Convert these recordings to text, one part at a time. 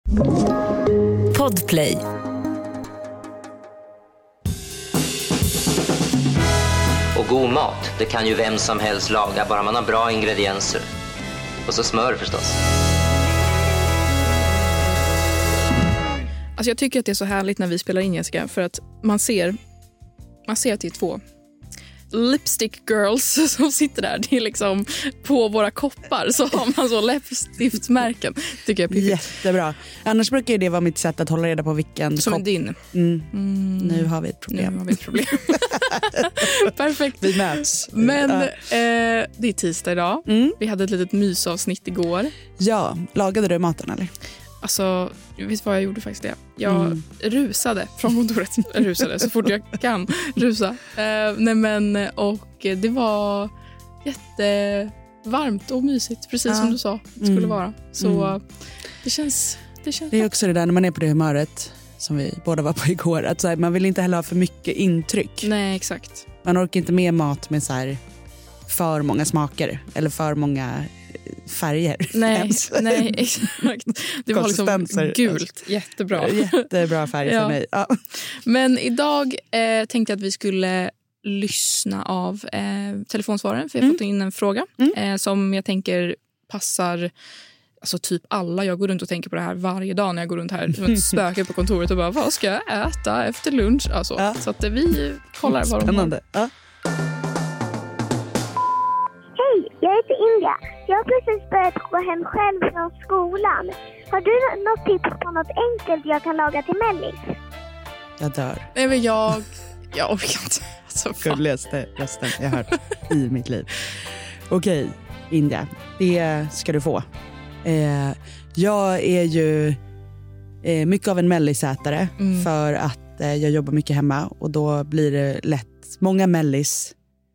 Podplay. Och god mat, det kan ju vem som helst laga, bara man har bra ingredienser. Och så smör förstås. Alltså jag tycker att det är så härligt när vi spelar in, Jessica, för att man ser att det är två lipstick girls som sitter där. Det är liksom på våra koppar så har man så läppstiftsmärken. Tycker jag är piffigt. Jättebra. Annars brukar det vara mitt sätt att hålla reda på vilken som kopp. din. Nu har vi ett problem. Perfekt. Vi möts. Men det är tisdag idag. Vi hade ett litet mysavsnitt igår. Ja, lagade du maten eller? Alltså, vet vad jag gjorde faktiskt det? Jag rusade från kontoret. Rusade så fort jag kan rusa. Och det var jättevarmt och mysigt. Precis som du sa det skulle vara. Så det känns... Det är också det där när man är på det humöret som vi båda var på igår. Att så här, man vill inte heller ha för mycket intryck. Nej, exakt. Man orkar inte med mat med så här för många smaker. Eller för många färger. Nej, exakt. Det var liksom gult. Jättebra. Jättebra färg för mig. Ja. Men idag tänkte jag att vi skulle lyssna av telefonsvararen. För jag har fått in en fråga som jag tänker passar alltså typ alla. Jag går runt och tänker på det här varje dag när jag går runt här som ett spöke på kontoret och bara, vad ska jag äta efter lunch? Alltså, så att vi kollar vad de har. Ja. Hej, jag heter Inga. Jag har precis börjat gå hem själv från skolan. Har du något tips på något enkelt jag kan laga till mellis? Jag dör. Nej, men jag orkar inte. Alltså, gulligaste rösten jag har hört i mitt liv. Okej, Inga. Det ska du få. Jag är ju mycket av en mellisätare för att jag jobbar mycket hemma och då blir det lätt många mellis,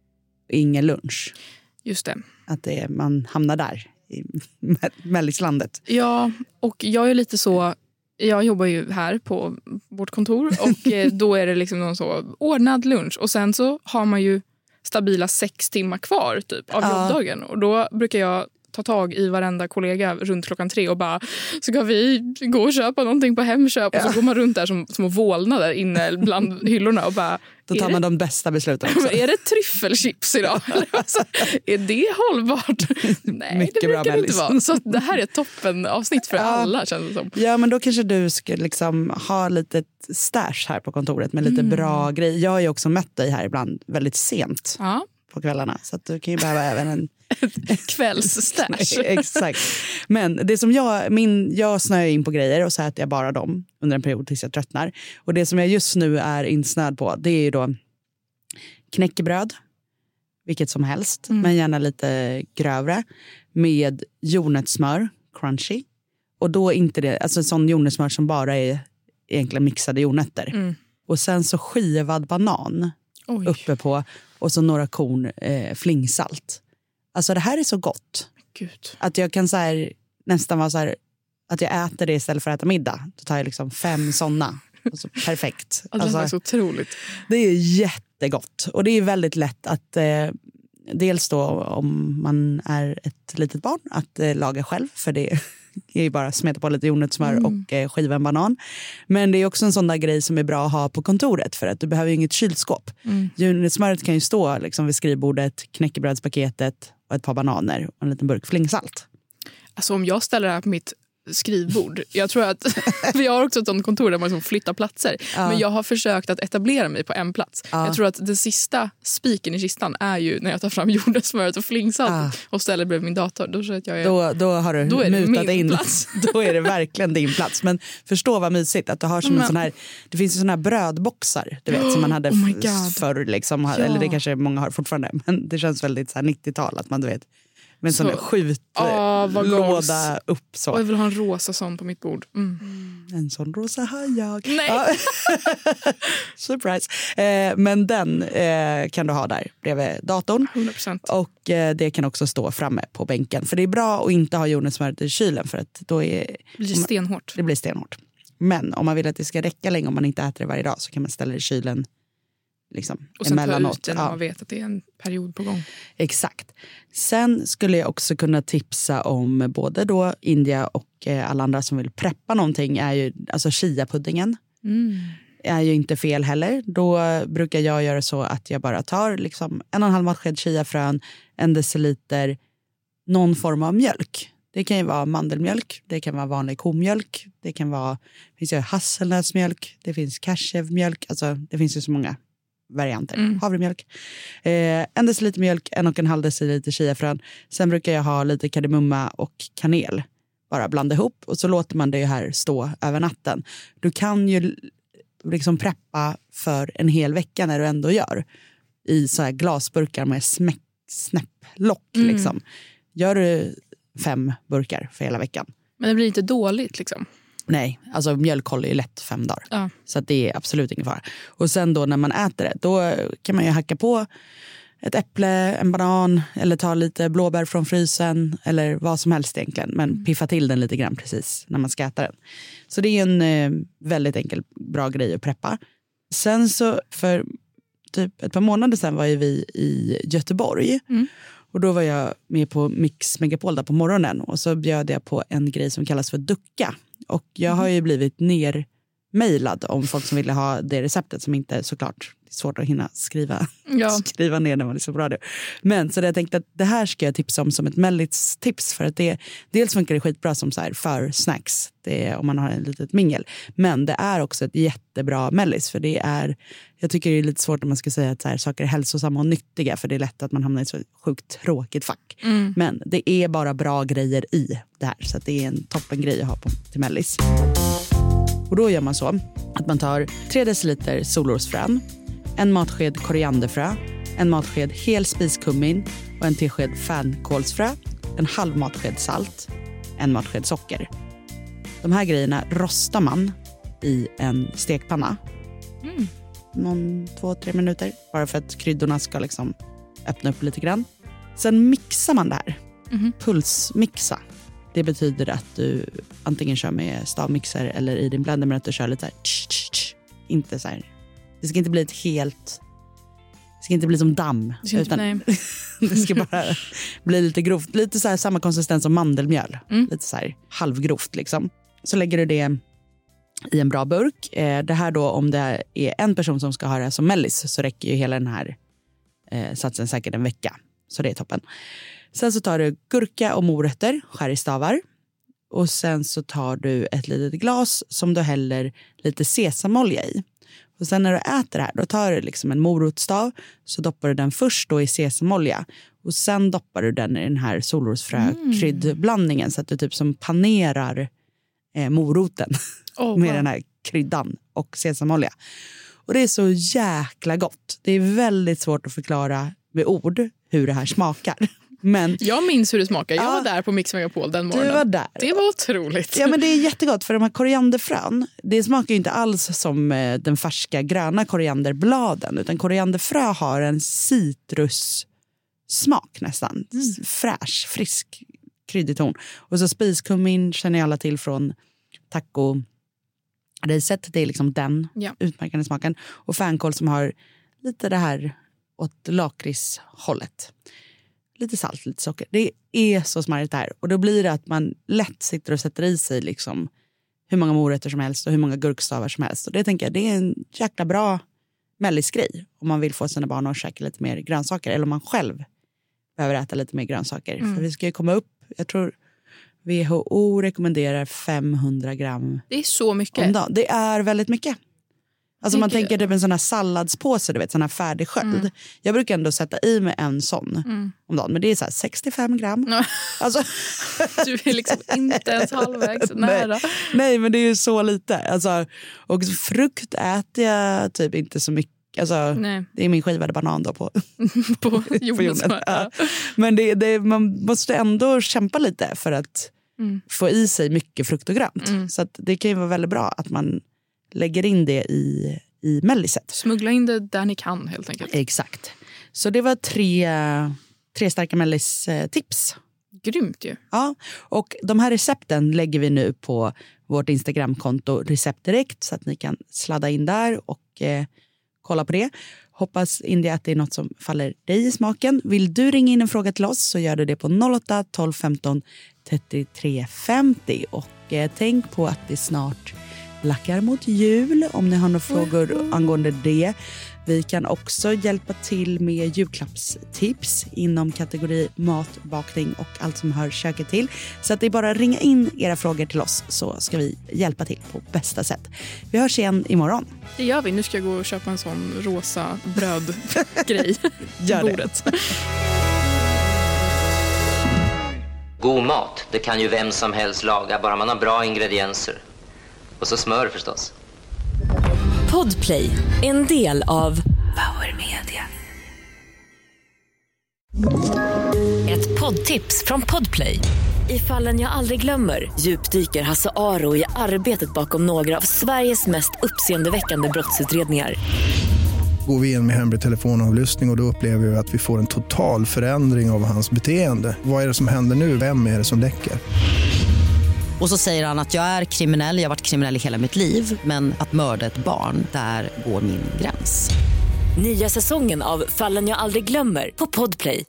ingen lunch. Just det. Att man hamnar där i mellislandet. Ja, och jag är lite så, jag jobbar ju här på vårt kontor och då är det liksom någon så ordnad lunch och sen så har man ju stabila 6 timmar kvar typ av jobbdagen och då brukar jag ta tag i varenda kollega runt 3:00 och bara, ska vi gå och köpa någonting på Hemköp? Och så går man runt där som små vålnader inne bland hyllorna och bara... Då tar man de bästa besluten också. Är det tryffelchips idag? Alltså, är det hållbart? Nej, mycket det brukar bra inte vara. Så det här är ett toppen avsnitt för alla, känns det som. Ja, men då kanske du ska liksom ha lite stash här på kontoret med lite bra grejer. Jag har ju också mött dig här ibland väldigt sent på kvällarna. Så att du kan ju behöva även en... kvällsstash. Exakt. Men det som jag snöar in på grejer och så äter jag bara dem under en period tills jag tröttnar. Och det som jag just nu är insnöad på, det är ju då knäckebröd, vilket som helst, men gärna lite grövre, med jordnötssmör, crunchy. Och då inte det, alltså sån jordnötssmör som bara är egentligen mixade jordnötter. Och sen så skivad banan uppe på och så några korn flingsalt. Alltså det här är så gott. Gud. Att jag kan så här, nästan vara så här, att jag äter det istället för att äta middag. Då tar jag liksom 5 sådana. Alltså, perfekt. Alltså, det är så otroligt. Det är jättegott. Och det är väldigt lätt att dels då om man är ett litet barn att laga själv. För det är ju bara smeta på lite jordnötssmör och skiva en banan. Men det är också en sån där grej som är bra att ha på kontoret. För att du behöver ju inget kylskåp. Jordnötssmöret kan ju stå liksom vid skrivbordet, knäckebrödspaketet och ett par bananer och en liten burk flingsalt. Alltså om jag ställer det här på mitt skrivbord. Jag tror att vi har också ett sånt kontor där man liksom flyttar platser. Men jag har försökt att etablera mig på en plats. Jag tror att den sista spiken i kistan är ju när jag tar fram jordnötssmöret och flingsalt och ställer bredvid min dator. Då, så att jag är, då har du mutat in. Plats. Då är det verkligen din plats. Men förstå vad mysigt att du har som en sån här, det finns ju såna här brödboxar, du vet, som man hade förr liksom, eller det kanske många har fortfarande, men det känns väldigt så här 90-tal att man, du vet, med en sån där skjutlåda upp så. Och jag vill ha en rosa sån på mitt bord. En sån rosa har jag. Nej. Surprise. Men den kan du ha där bredvid datorn. 100%. Och det kan också stå framme på bänken. För det är bra att inte ha jordnötssmöret i kylen. För att då blir det stenhårt. Det blir stenhårt. Men om man vill att det ska räcka länge, om man inte äter det varje dag, så kan man ställa det i kylen liksom, och sen ta emellanåt. ut det när man vet att det är en period på gång. Exakt. Sen skulle jag också kunna tipsa om både då India och alla andra som vill preppa någonting är ju alltså chia-puddingen. Är ju inte fel heller. Då brukar jag göra så att jag bara tar liksom 1,5 matsked chiafrön, 1 deciliter någon form av mjölk. Det kan ju vara mandelmjölk, det kan vara vanlig komjölk, det kan vara, det finns ju hasselnötsmjölk, det finns cashewmjölk, alltså det finns ju så många varianter. Havremjölk. 1 deciliter mjölk, 1,5 deciliter chiafrön. Sen brukar jag ha lite kardemumma och kanel. Bara blanda ihop och så låter man det här stå över natten. Du kan ju liksom preppa för en hel vecka när du ändå gör. I så här glasburkar med snäpplock liksom. Gör du 5 burkar för hela veckan. Men det blir inte dåligt liksom. Nej, alltså mjölk håller ju lätt 5 dagar. Ja. Så att det är absolut ingen fara. Och sen då när man äter det, då kan man ju hacka på ett äpple, en banan eller ta lite blåbär från frysen eller vad som helst egentligen. Men piffa till den lite grann precis när man ska äta den. Så det är en väldigt enkel, bra grej att preppa. Sen så för typ ett par månader sedan var ju vi i Göteborg. Och då var jag med på Mix Megapol där på morgonen. Och så bjöd jag på en grej som kallas för ducka. Och jag har ju blivit nermejlad om folk som ville ha det receptet som inte såklart är svårt att hinna skriva ner när man är så bra det. Men så jag tänkte att det här ska jag tipsa om som ett Mellits-tips. För att det dels funkar det skitbra som så här för snacks. Det är, om man har en litet mingel. Men det är också ett jättebra mellis. För det är, jag tycker det är lite svårt om man ska säga att så här, saker är hälsosamma och nyttiga. För det är lätt att man hamnar i ett så sjukt tråkigt fack. Men det är bara bra grejer i det här. Så att det är en toppen grej att ha till mellis. Och då gör man så att man tar 3 deciliter solrosfrön, 1 matsked korianderfrö, 1 matsked hel spiskummin och 1 tesked fänkålsfrö, 1/2 matsked salt, 1 matsked socker. De här grejerna rostar man i en stekpanna. Någon 2-3 minuter. Bara för att kryddorna ska liksom öppna upp lite grann. Sen mixar man det här. Pulsmixa. Det betyder att du antingen kör med stavmixer eller i din blender, men att du kör lite så här. Inte så här. Det ska inte bli ett helt... Det ska inte bli som damm. Utan det ska bara bli lite grovt. Lite så här samma konsistens som mandelmjöl. Lite så här halvgrovt liksom. Så lägger du det i en bra burk. Det här då, om det är en person som ska ha det som mellis, så räcker ju hela den här satsen säkert en vecka. Så det är toppen. Sen så tar du gurka och morötter, skär i stavar. Och sen så tar du ett litet glas som du häller lite sesamolja i. Och sen när du äter det här, då tar du liksom en morotstav, så doppar du den först då i sesamolja. Och sen doppar du den i den här solrosfrö-kryddblandningen så att du typ som panerar moroten med den här kryddan och sesamolja. Och det är så jäkla gott. Det är väldigt svårt att förklara med ord hur det här smakar. Men jag minns hur det smakar. Jag var där på Mix Megapol den morgonen. Du var där. Det var otroligt. Ja, men det är jättegott för de här korianderfrön, det smakar ju inte alls som den färska gröna korianderbladen, utan korianderfrö har en citrussmak nästan. Fräsch, frisk, kryddig ton. Och så spiskummin känner alla till från taco-riset. Det är liksom den utmärkande smaken. Och fänkål som har lite det här åt lakritshållet. Lite salt, lite socker. Det är så smarrigt det här. Och då blir det att man lätt sitter och sätter i sig liksom hur många morötter som helst och hur många gurkstavar som helst. Och det tänker jag, det är en jäkla bra mellisgrej om man vill få sina barn att käka lite mer grönsaker. Eller om man själv behöver äta lite mer grönsaker. För vi ska ju komma upp, jag tror WHO rekommenderar 500 gram. Det är så mycket. Om dagen. Det är väldigt mycket. Alltså man tänker typ en sån här salladspåse, du vet, sån här färdig sköld. Jag brukar ändå sätta i med en sån om dagen. Men det är så här 65 gram. Alltså. Du är liksom inte ens halvvägs nära. Nej, men det är ju så lite. Alltså, och frukt äter jag typ inte så mycket. Alltså, det är min skivade banan då på jorden. Ja. Men man måste ändå kämpa lite för att få i sig mycket frukt och grönt. Så att det kan ju vara väldigt bra att man lägger in det i melliset. Smuggla in det där ni kan helt enkelt. Exakt. Så det var tre starka mellis-tips. Grymt ju. Ja, och de här recepten lägger vi nu på vårt Instagramkonto Recept Direkt så att ni kan sladda in där och kolla på det. Hoppas India att det är något som faller dig i smaken. Vill du ringa in en fråga till oss så gör du det på 08 12 15 33 50. Och tänk på att det snart lackar mot jul om ni har några frågor angående det. Vi kan också hjälpa till med julklappstips inom kategori mat, bakning och allt som hör köket till. Så att det är bara att ringa in era frågor till oss så ska vi hjälpa till på bästa sätt. Vi hörs igen imorgon. Det gör vi. Nu ska jag gå och köpa en sån rosa brödgrej Gör på bordet. God mat, det kan ju vem som helst laga, bara man har bra ingredienser. Och så smör förstås. Podplay, en del av Power Media. Ett poddtips från Podplay. I Fallen jag aldrig glömmer djupdyker Hasse Aro i arbetet bakom några av Sveriges mest uppseendeväckande brottsutredningar. Går vi in med hemlig telefonavlyssning och då upplever vi att vi får en total förändring av hans beteende. Vad är det som händer nu? Vem är det som läcker? Och så säger han att jag är kriminell, jag har varit kriminell i hela mitt liv. Men att mörda ett barn, där går min gräns. Nya säsongen av Fallen jag aldrig glömmer på Podplay.